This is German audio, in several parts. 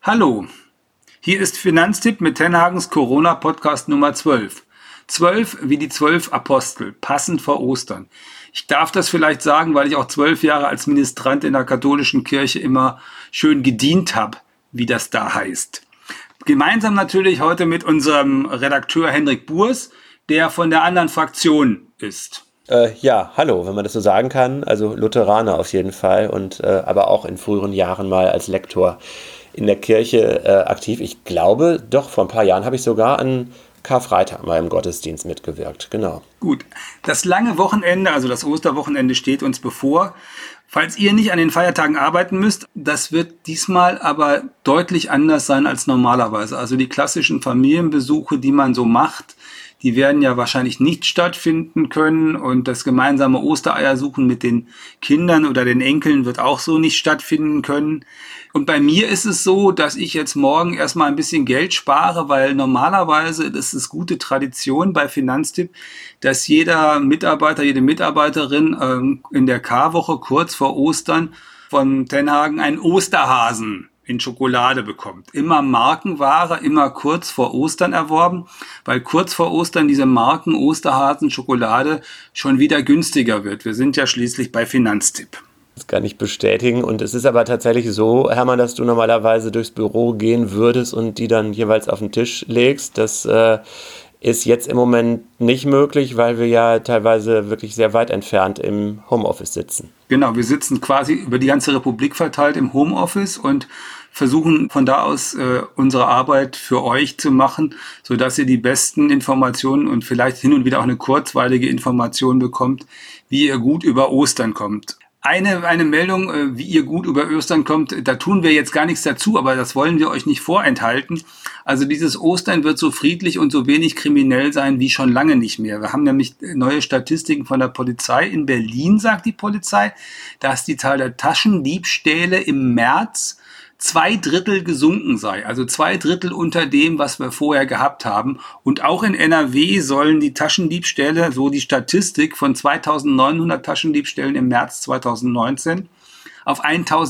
Hallo, hier ist Finanztipp mit Tenhagens Corona-Podcast Nummer 12. 12 wie die 12 Apostel, passend vor Ostern. Ich darf das vielleicht sagen, weil ich auch 12 Jahre als Ministrant in der katholischen Kirche immer schön gedient habe, wie das da heißt. Gemeinsam natürlich heute mit unserem Redakteur Henrik Burs, der von der anderen Fraktion ist. Ja, hallo, wenn man das so sagen kann. Also Lutheraner auf jeden Fall und aber auch in früheren Jahren mal als Lektor in der Kirche aktiv. Ich glaube, doch, vor ein paar Jahren habe ich sogar an Karfreitag mal im Gottesdienst mitgewirkt, genau. Gut, das lange Wochenende, also das Osterwochenende steht uns bevor. Falls ihr nicht an den Feiertagen arbeiten müsst, das wird diesmal aber deutlich anders sein als normalerweise. Also die klassischen Familienbesuche, die man so macht, die werden ja wahrscheinlich nicht stattfinden können und das gemeinsame Ostereiersuchen mit den Kindern oder den Enkeln wird auch so nicht stattfinden können. Und bei mir ist es so, dass ich jetzt morgen erstmal ein bisschen Geld spare, weil normalerweise, das ist gute Tradition bei Finanztipp, dass jeder Mitarbeiter, jede Mitarbeiterin in der Karwoche kurz vor Ostern von Tenhagen einen Osterhasen in Schokolade bekommt. Immer Markenware, immer kurz vor Ostern erworben, weil kurz vor Ostern diese Marken Osterhasen Schokolade schon wieder günstiger wird. Wir sind ja schließlich bei Finanztipp. Das kann ich bestätigen und es ist aber tatsächlich so, Hermann, dass du normalerweise durchs Büro gehen würdest und die dann jeweils auf den Tisch legst. Das ist jetzt im Moment nicht möglich, weil wir ja teilweise wirklich sehr weit entfernt im Homeoffice sitzen. Genau, wir sitzen quasi über die ganze Republik verteilt im Homeoffice und versuchen von da aus unsere Arbeit für euch zu machen, sodass ihr die besten Informationen und vielleicht hin und wieder auch eine kurzweilige Information bekommt, wie ihr gut über Ostern kommt. Eine Meldung, wie ihr gut über Ostern kommt, da tun wir jetzt gar nichts dazu, aber das wollen wir euch nicht vorenthalten. Also dieses Ostern wird so friedlich und so wenig kriminell sein wie schon lange nicht mehr. Wir haben nämlich neue Statistiken von der Polizei. In Berlin sagt die Polizei, dass die Zahl der Taschendiebstähle im März 2/3 gesunken sei, also 2/3 unter dem, was wir vorher gehabt haben. Und auch in NRW sollen die Taschendiebstähle, so die Statistik, von 2.900 Taschendiebstählen im März 2019 auf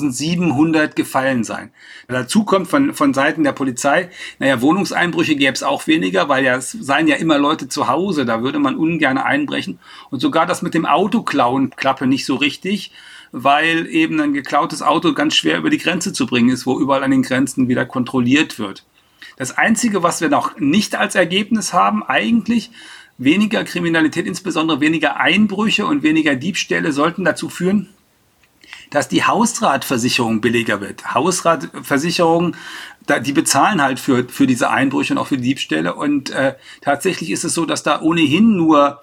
1.700 gefallen sein. Dazu kommt von Seiten der Polizei, Wohnungseinbrüche gäbe es auch weniger, weil ja es seien ja immer Leute zu Hause, da würde man ungern einbrechen. Und sogar das mit dem Autoklauen klappe nicht so richtig, weil eben ein geklautes Auto ganz schwer über die Grenze zu bringen ist, wo überall an den Grenzen wieder kontrolliert wird. Das Einzige, was wir noch nicht als Ergebnis haben, eigentlich weniger Kriminalität, insbesondere weniger Einbrüche und weniger Diebstähle sollten dazu führen, dass die Hausratversicherung billiger wird. Hausratversicherungen, die bezahlen halt für diese Einbrüche und auch für die Diebstähle. Und tatsächlich ist es so, dass da ohnehin nur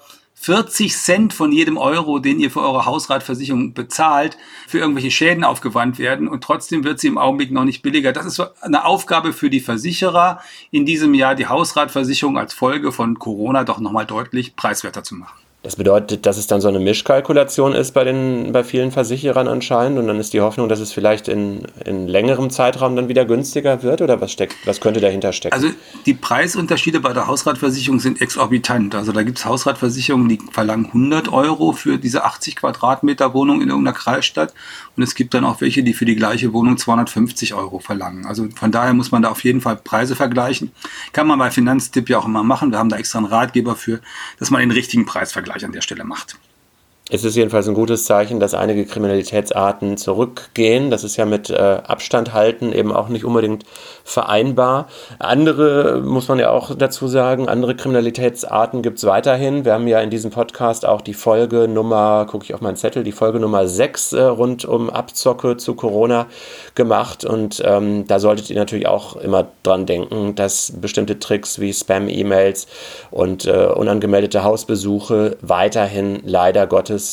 40 Cent von jedem Euro, den ihr für eure Hausratversicherung bezahlt, für irgendwelche Schäden aufgewandt werden. Und trotzdem wird sie im Augenblick noch nicht billiger. Das ist eine Aufgabe für die Versicherer, in diesem Jahr die Hausratversicherung als Folge von Corona doch nochmal deutlich preiswerter zu machen. Das bedeutet, dass es dann so eine Mischkalkulation ist bei vielen Versicherern anscheinend und dann ist die Hoffnung, dass es vielleicht in längerem Zeitraum dann wieder günstiger wird oder was könnte dahinter stecken? Also die Preisunterschiede bei der Hausratversicherung sind exorbitant. Also da gibt es Hausratversicherungen, die verlangen 100 Euro für diese 80 Quadratmeter Wohnung in irgendeiner Kreisstadt und es gibt dann auch welche, die für die gleiche Wohnung 250 Euro verlangen. Also von daher muss man da auf jeden Fall Preise vergleichen. Kann man bei Finanztipp ja auch immer machen. Wir haben da extra einen Ratgeber für, dass man den richtigen Preis vergleicht an der Stelle macht. Es ist jedenfalls ein gutes Zeichen, dass einige Kriminalitätsarten zurückgehen. Das ist ja mit Abstand halten eben auch nicht unbedingt vereinbar. Andere, muss man ja auch dazu sagen, andere Kriminalitätsarten gibt es weiterhin. Wir haben ja in diesem Podcast auch die Folge Nummer, gucke ich auf meinen Zettel, die Folge Nummer 6 rund um Abzocke zu Corona gemacht. Und da solltet ihr natürlich auch immer dran denken, dass bestimmte Tricks wie Spam-E-Mails und unangemeldete Hausbesuche weiterhin leider Gottes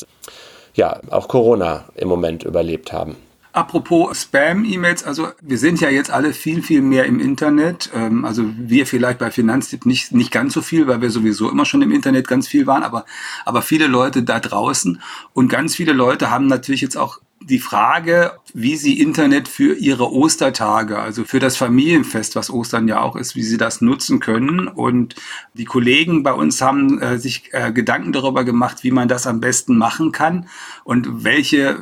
auch Corona im Moment überlebt haben. Apropos Spam-E-Mails, also wir sind ja jetzt alle viel, viel mehr im Internet. Also wir vielleicht bei Finanztipp nicht ganz so viel, weil wir sowieso immer schon im Internet ganz viel waren, aber viele Leute da draußen und ganz viele Leute haben natürlich jetzt auch die Frage, wie Sie Internet für Ihre Ostertage, also für das Familienfest, was Ostern ja auch ist, wie Sie das nutzen können. Und die Kollegen bei uns haben sich Gedanken darüber gemacht, wie man das am besten machen kann und welche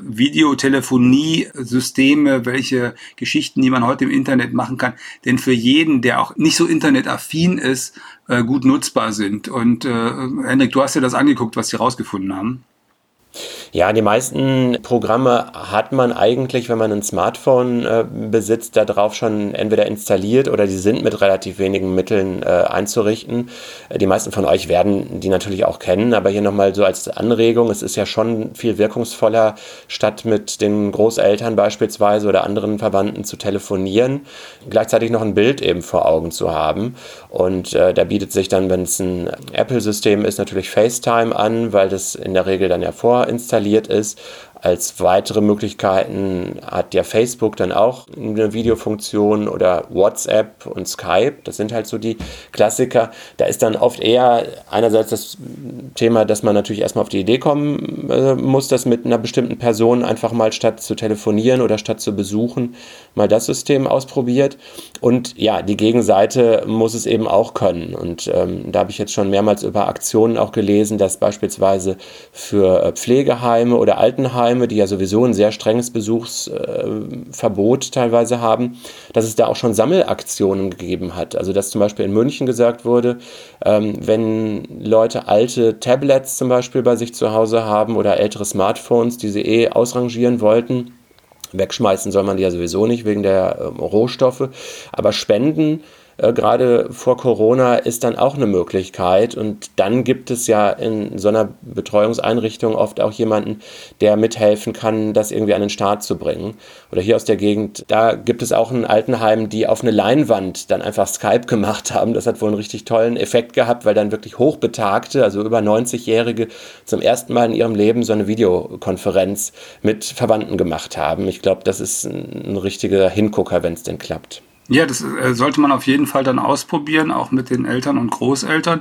Videotelefonie-Systeme, welche Geschichten, die man heute im Internet machen kann, denn für jeden, der auch nicht so internetaffin ist, gut nutzbar sind. Und Hendrik, du hast ja das angeguckt, was Sie rausgefunden haben. Ja, die meisten Programme hat man eigentlich, wenn man ein Smartphone besitzt, da drauf schon entweder installiert oder die sind mit relativ wenigen Mitteln einzurichten. Die meisten von euch werden die natürlich auch kennen, aber hier nochmal so als Anregung, es ist ja schon viel wirkungsvoller, statt mit den Großeltern beispielsweise oder anderen Verwandten zu telefonieren, gleichzeitig noch ein Bild eben vor Augen zu haben. Und da bietet sich dann, wenn es ein Apple-System ist, natürlich FaceTime an, weil das in der Regel dann ja vorinstalliert ist. Als weitere Möglichkeiten hat ja Facebook dann auch eine Videofunktion oder WhatsApp und Skype. Das sind halt so die Klassiker. Da ist dann oft eher einerseits das Thema, dass man natürlich erstmal auf die Idee kommen muss, dass mit einer bestimmten Person einfach mal statt zu telefonieren oder statt zu besuchen, mal das System ausprobiert. Und ja, die Gegenseite muss es eben auch können. Und da habe ich jetzt schon mehrmals über Aktionen auch gelesen, dass beispielsweise für Pflegeheime oder Altenheime, die ja sowieso ein sehr strenges Besuchsverbot teilweise haben, dass es da auch schon Sammelaktionen gegeben hat. Also dass zum Beispiel in München gesagt wurde, wenn Leute alte Tablets zum Beispiel bei sich zu Hause haben oder ältere Smartphones, die sie ausrangieren wollten, wegschmeißen soll man die ja sowieso nicht wegen der Rohstoffe, aber spenden, gerade vor Corona, ist dann auch eine Möglichkeit. Und dann gibt es ja in so einer Betreuungseinrichtung oft auch jemanden, der mithelfen kann, das irgendwie an den Start zu bringen. Oder hier aus der Gegend, da gibt es auch ein Altenheim, die auf eine Leinwand dann einfach Skype gemacht haben. Das hat wohl einen richtig tollen Effekt gehabt, weil dann wirklich Hochbetagte, also über 90-Jährige, zum ersten Mal in ihrem Leben so eine Videokonferenz mit Verwandten gemacht haben. Ich glaube, das ist ein richtiger Hingucker, wenn es denn klappt. Ja, das sollte man auf jeden Fall dann ausprobieren, auch mit den Eltern und Großeltern.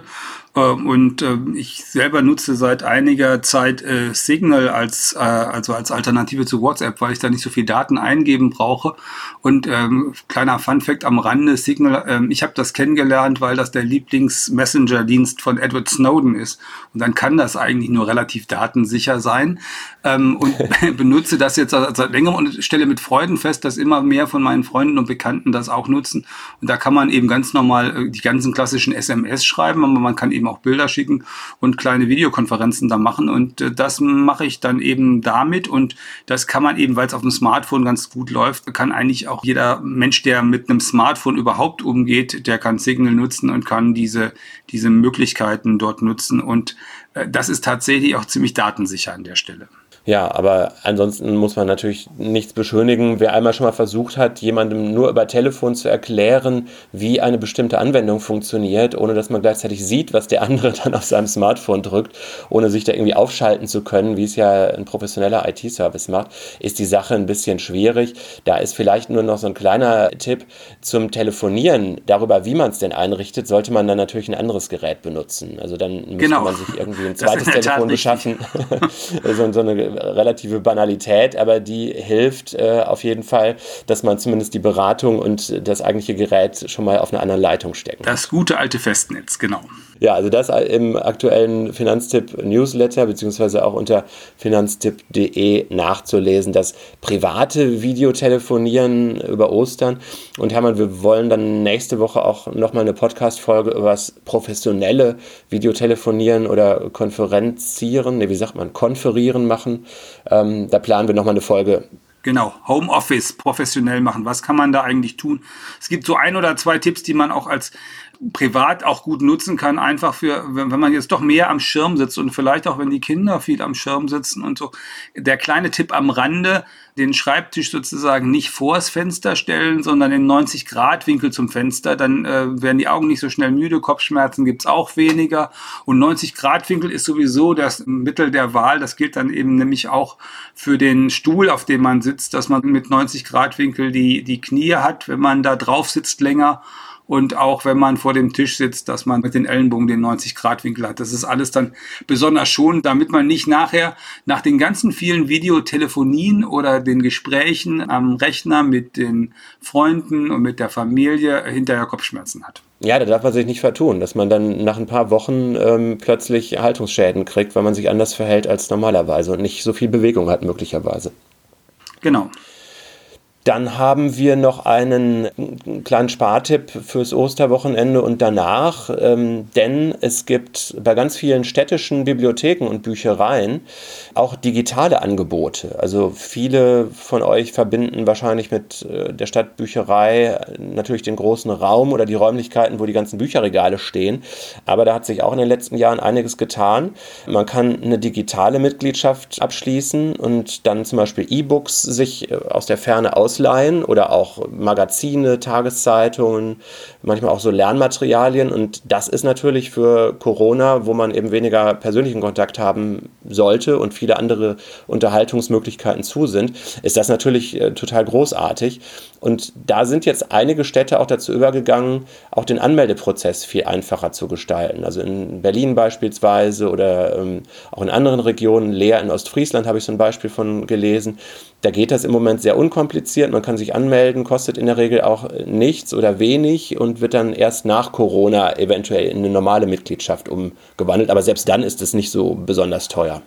Und ich selber nutze seit einiger Zeit Signal als Alternative zu WhatsApp, weil ich da nicht so viel Daten eingeben brauche. Und kleiner Funfact am Rande, Signal, ich habe das kennengelernt, weil das der Lieblings-Messenger-Dienst von Edward Snowden ist. Und dann kann das eigentlich nur relativ datensicher sein. Und benutze das jetzt seit längerem und stelle mit Freuden fest, dass immer mehr von meinen Freunden und Bekannten das auch nutzen. Und da kann man eben ganz normal die ganzen klassischen SMS schreiben, aber man kann eben auch Bilder schicken und kleine Videokonferenzen da machen. Und das mache ich dann eben damit. Und das kann man eben, weil es auf dem Smartphone ganz gut läuft, kann eigentlich auch jeder Mensch, der mit einem Smartphone überhaupt umgeht, der kann Signal nutzen und kann diese Möglichkeiten dort nutzen. Und das ist tatsächlich auch ziemlich datensicher an der Stelle. Ja, aber ansonsten muss man natürlich nichts beschönigen. Wer einmal schon mal versucht hat, jemandem nur über Telefon zu erklären, wie eine bestimmte Anwendung funktioniert, ohne dass man gleichzeitig sieht, was der andere dann auf seinem Smartphone drückt, ohne sich da irgendwie aufschalten zu können, wie es ja ein professioneller IT-Service macht, ist die Sache ein bisschen schwierig. Da ist vielleicht nur noch so ein kleiner Tipp zum Telefonieren. Darüber, wie man es denn einrichtet, sollte man dann natürlich ein anderes Gerät benutzen. Also dann müsste man sich irgendwie ein zweites Telefon beschaffen. so eine relative Banalität, aber die hilft auf jeden Fall, dass man zumindest die Beratung und das eigentliche Gerät schon mal auf einer anderen Leitung steckt. Das gute alte Festnetz, genau. Ja, also das im aktuellen Finanztipp-Newsletter beziehungsweise auch unter finanztipp.de nachzulesen, das private Videotelefonieren über Ostern. Und Hermann, wir wollen dann nächste Woche auch nochmal eine Podcast-Folge über das professionelle Videotelefonieren oder Konferieren machen. Da planen wir nochmal eine Folge. Genau, Homeoffice professionell machen. Was kann man da eigentlich tun? Es gibt so 1 oder 2 Tipps, die man auch als privat auch gut nutzen kann, einfach für, wenn man jetzt doch mehr am Schirm sitzt und vielleicht auch, wenn die Kinder viel am Schirm sitzen und so. Der kleine Tipp am Rande, den Schreibtisch sozusagen nicht vors Fenster stellen, sondern in 90-Grad-Winkel zum Fenster, dann werden die Augen nicht so schnell müde, Kopfschmerzen gibt's auch weniger und 90-Grad-Winkel ist sowieso das Mittel der Wahl, das gilt dann eben nämlich auch für den Stuhl, auf dem man sitzt, dass man mit 90-Grad-Winkel die Knie hat, wenn man da drauf sitzt länger. Und auch wenn man vor dem Tisch sitzt, dass man mit den Ellenbogen den 90-Grad-Winkel hat. Das ist alles dann besonders schonend, damit man nicht nachher nach den ganzen vielen Videotelefonien oder den Gesprächen am Rechner mit den Freunden und mit der Familie hinterher Kopfschmerzen hat. Ja, da darf man sich nicht vertun, dass man dann nach ein paar Wochen plötzlich Haltungsschäden kriegt, weil man sich anders verhält als normalerweise und nicht so viel Bewegung hat möglicherweise. Genau. Dann haben wir noch einen kleinen Spartipp fürs Osterwochenende und danach, denn es gibt bei ganz vielen städtischen Bibliotheken und Büchereien auch digitale Angebote. Also viele von euch verbinden wahrscheinlich mit der Stadtbücherei natürlich den großen Raum oder die Räumlichkeiten, wo die ganzen Bücherregale stehen. Aber da hat sich auch in den letzten Jahren einiges getan. Man kann eine digitale Mitgliedschaft abschließen und dann zum Beispiel E-Books sich aus der Ferne ausleihen oder auch Magazine, Tageszeitungen, manchmal auch so Lernmaterialien. Und das ist natürlich für Corona, wo man eben weniger persönlichen Kontakt haben sollte und viele andere Unterhaltungsmöglichkeiten zu sind, ist das natürlich total großartig. Und da sind jetzt einige Städte auch dazu übergegangen, auch den Anmeldeprozess viel einfacher zu gestalten. Also in Berlin beispielsweise oder auch in anderen Regionen, Leer in Ostfriesland habe ich so ein Beispiel von gelesen. Da geht das im Moment sehr unkompliziert. Man kann sich anmelden, kostet in der Regel auch nichts oder wenig und wird dann erst nach Corona eventuell in eine normale Mitgliedschaft umgewandelt. Aber selbst dann ist es nicht so besonders teuer.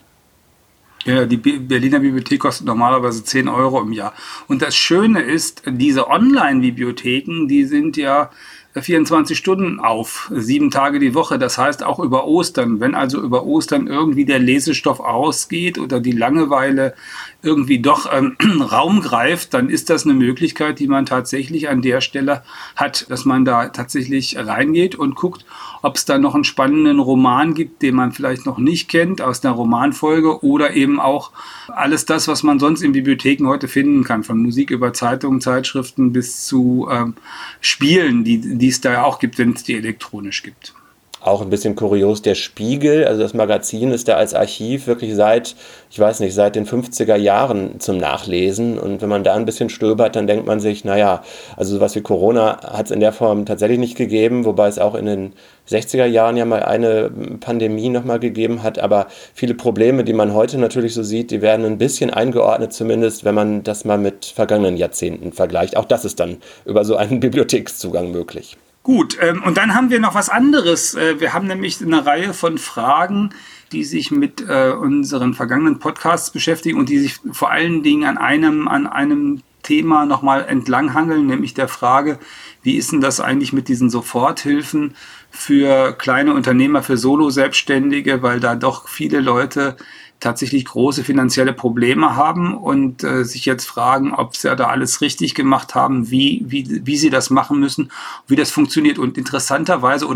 Ja, die Berliner Bibliothek kostet normalerweise 10 Euro im Jahr. Und das Schöne ist, diese Online-Bibliotheken, die sind ja 24 Stunden auf, 7 Tage die Woche. Das heißt auch über Ostern. Wenn also über Ostern irgendwie der Lesestoff ausgeht oder die Langeweile irgendwie doch Raum greift, dann ist das eine Möglichkeit, die man tatsächlich an der Stelle hat, dass man da tatsächlich reingeht und guckt, ob es da noch einen spannenden Roman gibt, den man vielleicht noch nicht kennt aus einer Romanfolge oder eben auch alles das, was man sonst in Bibliotheken heute finden kann, von Musik über Zeitungen, Zeitschriften bis zu Spielen, die es da ja auch gibt, wenn es die elektronisch gibt. Auch ein bisschen kurios, der Spiegel, also das Magazin ist da als Archiv wirklich seit den 50er Jahren zum Nachlesen. Und wenn man da ein bisschen stöbert, dann denkt man sich, naja, also sowas wie Corona hat es in der Form tatsächlich nicht gegeben, wobei es auch in den 60er Jahren ja mal eine Pandemie nochmal gegeben hat. Aber viele Probleme, die man heute natürlich so sieht, die werden ein bisschen eingeordnet, zumindest wenn man das mal mit vergangenen Jahrzehnten vergleicht. Auch das ist dann über so einen Bibliothekszugang möglich. Gut, und dann haben wir noch was anderes. Wir haben nämlich eine Reihe von Fragen, die sich mit unseren vergangenen Podcasts beschäftigen und die sich vor allen Dingen an einem Thema nochmal entlanghangeln, nämlich der Frage, wie ist denn das eigentlich mit diesen Soforthilfen für kleine Unternehmer, für Solo-Selbstständige, weil da doch viele Leute tatsächlich große finanzielle Probleme haben und sich jetzt fragen, ob sie da alles richtig gemacht haben, wie sie das machen müssen, wie das funktioniert. Und interessanterweise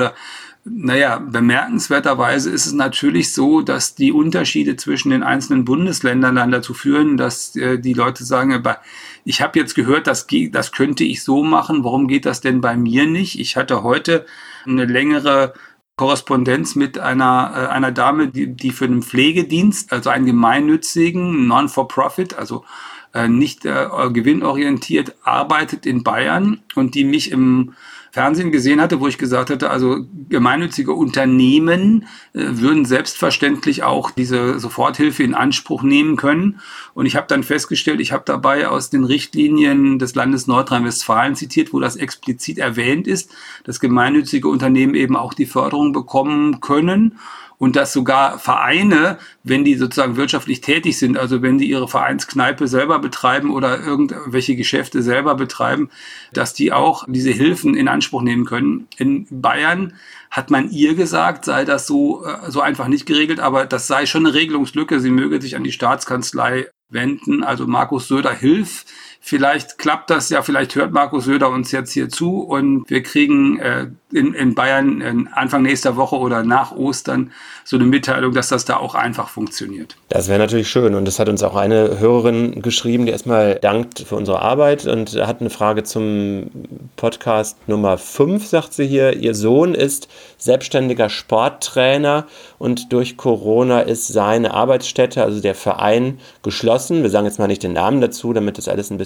bemerkenswerterweise ist es natürlich so, dass die Unterschiede zwischen den einzelnen Bundesländern dann dazu führen, dass die Leute sagen, ich habe jetzt gehört, das könnte ich so machen, warum geht das denn bei mir nicht? Ich hatte heute eine längere Korrespondenz mit einer Dame, die für einen Pflegedienst, also einen gemeinnützigen, non-for-profit, also nicht gewinnorientiert, arbeitet in Bayern und die mich im Fernsehen gesehen hatte, wo ich gesagt hatte, also gemeinnützige Unternehmen würden selbstverständlich auch diese Soforthilfe in Anspruch nehmen können. Und ich habe dann festgestellt, ich habe dabei aus den Richtlinien des Landes Nordrhein-Westfalen zitiert, wo das explizit erwähnt ist, dass gemeinnützige Unternehmen eben auch die Förderung bekommen können. Und dass sogar Vereine, wenn die sozusagen wirtschaftlich tätig sind, also wenn die ihre Vereinskneipe selber betreiben oder irgendwelche Geschäfte selber betreiben, dass die auch diese Hilfen in Anspruch nehmen können. In Bayern hat man ihr gesagt, sei das so einfach nicht geregelt, aber das sei schon eine Regelungslücke. Sie möge sich an die Staatskanzlei wenden. Also Markus Söder, hilf. Vielleicht klappt das ja, vielleicht hört Markus Söder uns jetzt hier zu und wir kriegen in Bayern Anfang nächster Woche oder nach Ostern so eine Mitteilung, dass das da auch einfach funktioniert. Das wäre natürlich schön und das hat uns auch eine Hörerin geschrieben, die erstmal dankt für unsere Arbeit und hat eine Frage zum Podcast Nummer 5, sagt sie hier. Ihr Sohn ist selbstständiger Sporttrainer und durch Corona ist seine Arbeitsstätte, also der Verein, geschlossen. Wir sagen jetzt mal nicht den Namen dazu, damit das alles ein bisschen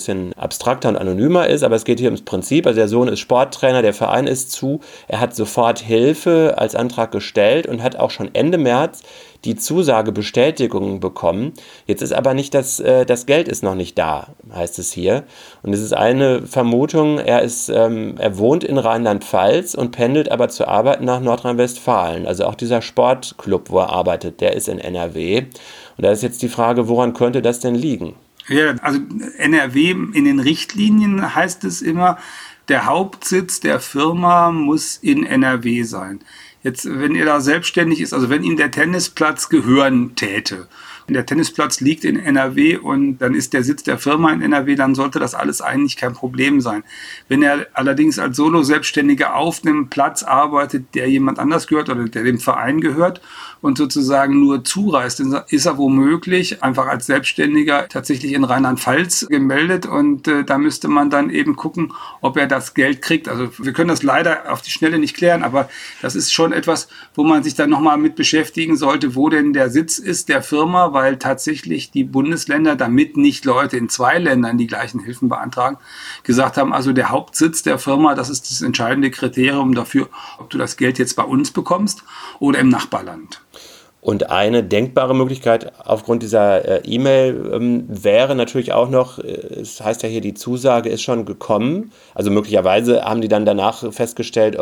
bisschen abstrakter und anonymer ist, aber es geht hier ums Prinzip. Also der Sohn ist Sporttrainer, der Verein ist zu, er hat sofort Hilfe als Antrag gestellt und hat auch schon Ende März die Zusagebestätigung bekommen. Jetzt ist aber nicht das Geld ist noch nicht da, heißt es hier. Und es ist eine Vermutung, er wohnt in Rheinland-Pfalz und pendelt aber zur Arbeit nach Nordrhein-Westfalen. Also auch dieser Sportclub, wo er arbeitet, der ist in NRW. Und da ist jetzt die Frage, woran könnte das denn liegen? Ja, also NRW in den Richtlinien heißt es immer, der Hauptsitz der Firma muss in NRW sein. Jetzt, wenn er da selbstständig ist, also wenn ihm der Tennisplatz gehören täte, der Tennisplatz liegt in NRW und dann ist der Sitz der Firma in NRW, dann sollte das alles eigentlich kein Problem sein. Wenn er allerdings als Solo-Selbstständiger auf einem Platz arbeitet, der jemand anders gehört oder der dem Verein gehört und sozusagen nur zureist, dann ist er womöglich einfach als Selbstständiger tatsächlich in Rheinland-Pfalz gemeldet und da müsste man dann eben gucken, ob er das Geld kriegt. Also wir können das leider auf die Schnelle nicht klären, aber das ist schon etwas, wo man sich dann nochmal mit beschäftigen sollte, wo denn der Sitz ist der Firma, weil tatsächlich die Bundesländer, damit nicht Leute in 2 Ländern die gleichen Hilfen beantragen, gesagt haben, also der Hauptsitz der Firma, das ist das entscheidende Kriterium dafür, ob du das Geld jetzt bei uns bekommst oder im Nachbarland. Und eine denkbare Möglichkeit aufgrund dieser E-Mail wäre natürlich auch noch, es heißt ja hier, die Zusage ist schon gekommen. Also möglicherweise haben die dann danach festgestellt,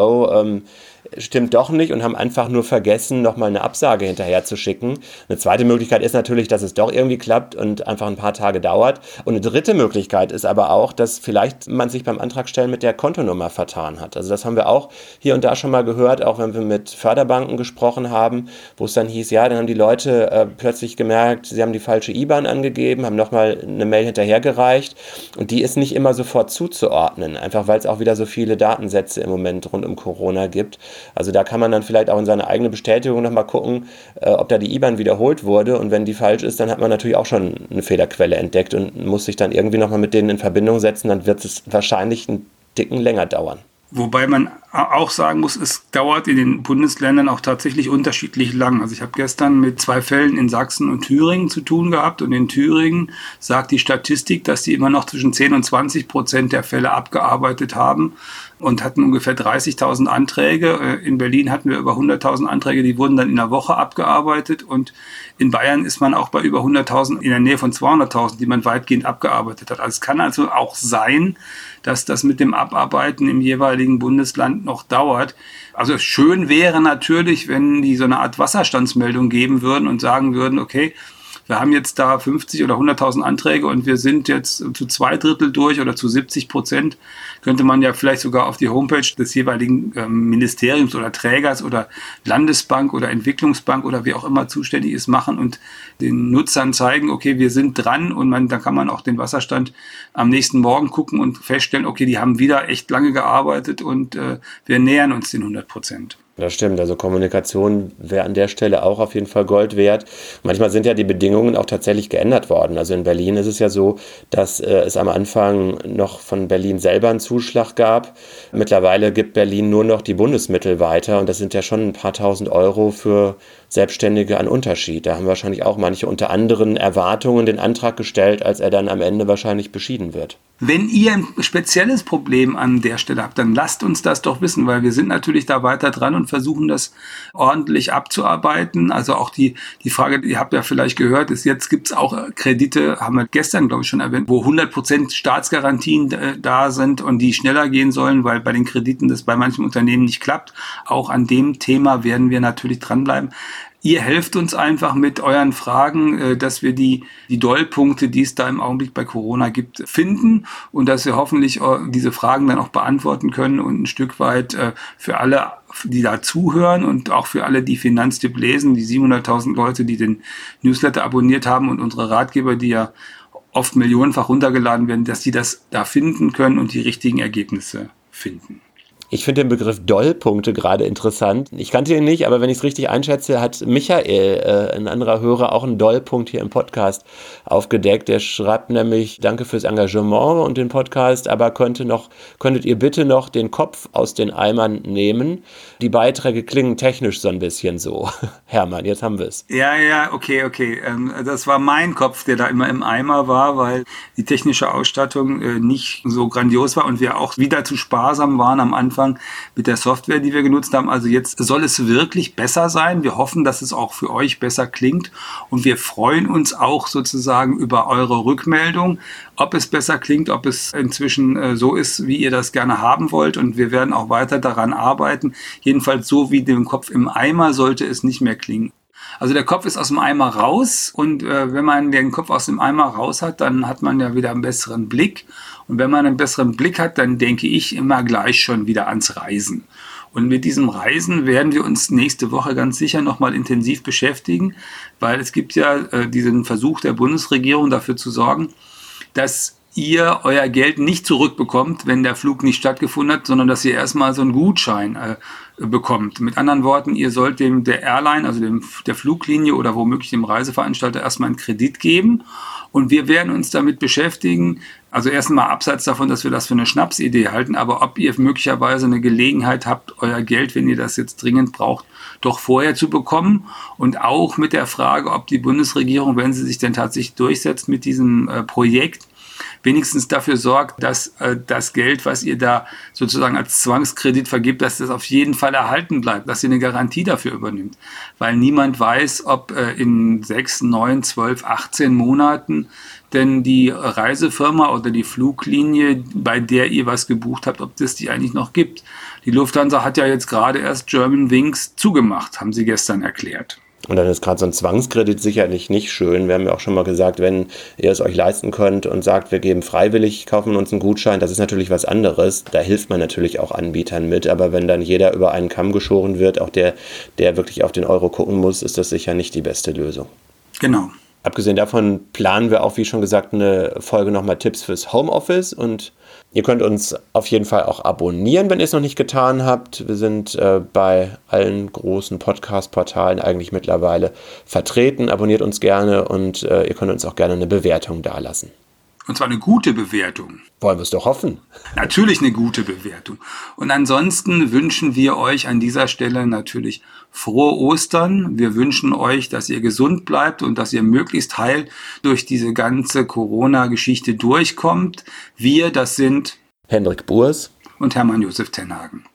stimmt doch nicht und haben einfach nur vergessen, nochmal eine Absage hinterher zu schicken. Eine zweite Möglichkeit ist natürlich, dass es doch irgendwie klappt und einfach ein paar Tage dauert. Und eine dritte Möglichkeit ist aber auch, dass vielleicht man sich beim Antragstellen mit der Kontonummer vertan hat. Also das haben wir auch hier und da schon mal gehört, auch wenn wir mit Förderbanken gesprochen haben, wo es dann hieß, ja, dann haben die Leute plötzlich gemerkt, sie haben die falsche IBAN angegeben, haben nochmal eine Mail hinterhergereicht und die ist nicht immer sofort zuzuordnen, einfach weil es auch wieder so viele Datensätze im Moment rund um Corona gibt. Also da kann man dann vielleicht auch in seine eigene Bestätigung nochmal gucken, ob da die IBAN wiederholt wurde und wenn die falsch ist, dann hat man natürlich auch schon eine Fehlerquelle entdeckt und muss sich dann irgendwie nochmal mit denen in Verbindung setzen, dann wird es wahrscheinlich einen Ticken länger dauern. Wobei man auch sagen muss, es dauert in den Bundesländern auch tatsächlich unterschiedlich lang. Also ich habe gestern mit 2 Fällen in Sachsen und Thüringen zu tun gehabt und in Thüringen sagt die Statistik, dass die immer noch zwischen 10 und 20% der Fälle abgearbeitet haben und hatten ungefähr 30.000 Anträge. In Berlin hatten wir über 100.000 Anträge, die wurden dann in einer Woche abgearbeitet und in Bayern ist man auch bei über 100.000, in der Nähe von 200.000, die man weitgehend abgearbeitet hat. Also es kann also auch sein, dass das mit dem Abarbeiten im jeweiligen Bundesland noch dauert. Also schön wäre natürlich, wenn die so eine Art Wasserstandsmeldung geben würden und sagen würden, okay, wir haben jetzt da 50 oder 100.000 Anträge und wir sind jetzt zu 2/3 durch oder zu 70%, könnte man ja vielleicht sogar auf die Homepage des jeweiligen Ministeriums oder Trägers oder Landesbank oder Entwicklungsbank oder wie auch immer zuständig ist, machen und den Nutzern zeigen, okay, wir sind dran und dann kann man auch den Wasserstand am nächsten Morgen gucken und feststellen, okay, die haben wieder echt lange gearbeitet und wir nähern uns den 100%. Das stimmt, also Kommunikation wäre an der Stelle auch auf jeden Fall Gold wert. Manchmal sind ja die Bedingungen auch tatsächlich geändert worden. Also in Berlin ist es ja so, dass es am Anfang noch von Berlin selber einen Zuschlag gab. Mittlerweile gibt Berlin nur noch die Bundesmittel weiter und das sind ja schon ein paar tausend Euro für Selbstständige an Unterschied. Da haben wahrscheinlich auch manche unter anderen Erwartungen den Antrag gestellt, als er dann am Ende wahrscheinlich beschieden wird. Wenn ihr ein spezielles Problem an der Stelle habt, dann lasst uns das doch wissen, weil wir sind natürlich da weiter dran und versuchen das ordentlich abzuarbeiten. Also auch die Frage, ihr habt ja vielleicht gehört, ist jetzt gibt's auch Kredite, haben wir gestern glaube ich schon erwähnt, wo 100% Staatsgarantien da sind und die schneller gehen sollen, weil bei den Krediten das bei manchen Unternehmen nicht klappt. Auch an dem Thema werden wir natürlich dranbleiben. Ihr helft uns einfach mit euren Fragen, dass wir die Dollpunkte, die es da im Augenblick bei Corona gibt, finden und dass wir hoffentlich diese Fragen dann auch beantworten können und ein Stück weit für alle, die da zuhören und auch für alle, die Finanztipp lesen, die 700.000 Leute, die den Newsletter abonniert haben und unsere Ratgeber, die ja oft millionenfach runtergeladen werden, dass die das da finden können und die richtigen Ergebnisse finden. Ich finde den Begriff Dollpunkte gerade interessant. Ich kannte ihn nicht, aber wenn ich es richtig einschätze, hat Michael, ein anderer Hörer, auch einen Dollpunkt hier im Podcast aufgedeckt. Der schreibt nämlich, danke fürs Engagement und den Podcast, aber könntet ihr bitte noch den Kopf aus den Eimern nehmen? Die Beiträge klingen technisch so ein bisschen so. Hermann, jetzt haben wir es. Ja, okay. Das war mein Kopf, der da immer im Eimer war, weil die technische Ausstattung nicht so grandios war und wir auch wieder zu sparsam waren am Anfang mit der Software, die wir genutzt haben. Also jetzt soll es wirklich besser sein. Wir hoffen, dass es auch für euch besser klingt und wir freuen uns auch sozusagen über eure Rückmeldung, ob es besser klingt, ob es inzwischen so ist, wie ihr das gerne haben wollt, und wir werden auch weiter daran arbeiten. Jedenfalls so wie dem Kopf im Eimer sollte es nicht mehr klingen. Also der Kopf ist aus dem Eimer raus und wenn man den Kopf aus dem Eimer raus hat, dann hat man ja wieder einen besseren Blick. Und wenn man einen besseren Blick hat, dann denke ich immer gleich schon wieder ans Reisen. Und mit diesem Reisen werden wir uns nächste Woche ganz sicher nochmal intensiv beschäftigen, weil es gibt ja diesen Versuch der Bundesregierung dafür zu sorgen, dass ihr euer Geld nicht zurückbekommt, wenn der Flug nicht stattgefunden hat, sondern dass ihr erstmal so einen Gutschein bekommt. Mit anderen Worten, ihr sollt der Airline, also der Fluglinie oder womöglich dem Reiseveranstalter erstmal einen Kredit geben. Und wir werden uns damit beschäftigen, also erstmal abseits davon, dass wir das für eine Schnapsidee halten, aber ob ihr möglicherweise eine Gelegenheit habt, euer Geld, wenn ihr das jetzt dringend braucht, doch vorher zu bekommen. Und auch mit der Frage, ob die Bundesregierung, wenn sie sich denn tatsächlich durchsetzt mit diesem Projekt, wenigstens dafür sorgt, dass das Geld, was ihr da sozusagen als Zwangskredit vergibt, dass das auf jeden Fall erhalten bleibt, dass ihr eine Garantie dafür übernimmt. Weil niemand weiß, ob in 6, 9, 12, 18 Monaten denn die Reisefirma oder die Fluglinie, bei der ihr was gebucht habt, ob das die eigentlich noch gibt. Die Lufthansa hat ja jetzt gerade erst Germanwings zugemacht, haben sie gestern erklärt. Und dann ist gerade so ein Zwangskredit sicherlich nicht schön. Wir haben ja auch schon mal gesagt, wenn ihr es euch leisten könnt und sagt, wir geben freiwillig, kaufen uns einen Gutschein, das ist natürlich was anderes. Da hilft man natürlich auch Anbietern mit. Aber wenn dann jeder über einen Kamm geschoren wird, auch der wirklich auf den Euro gucken muss, ist das sicher nicht die beste Lösung. Genau. Abgesehen davon planen wir auch, wie schon gesagt, eine Folge nochmal Tipps fürs Homeoffice, und ihr könnt uns auf jeden Fall auch abonnieren, wenn ihr es noch nicht getan habt. Wir sind bei allen großen Podcast-Portalen eigentlich mittlerweile vertreten. Abonniert uns gerne und ihr könnt uns auch gerne eine Bewertung dalassen. Und zwar eine gute Bewertung. Wollen wir es doch hoffen. Natürlich eine gute Bewertung. Und ansonsten wünschen wir euch an dieser Stelle natürlich frohe Ostern. Wir wünschen euch, dass ihr gesund bleibt und dass ihr möglichst heil durch diese ganze Corona-Geschichte durchkommt. Wir, das sind Hendrik Burs und Hermann Josef Tenhagen.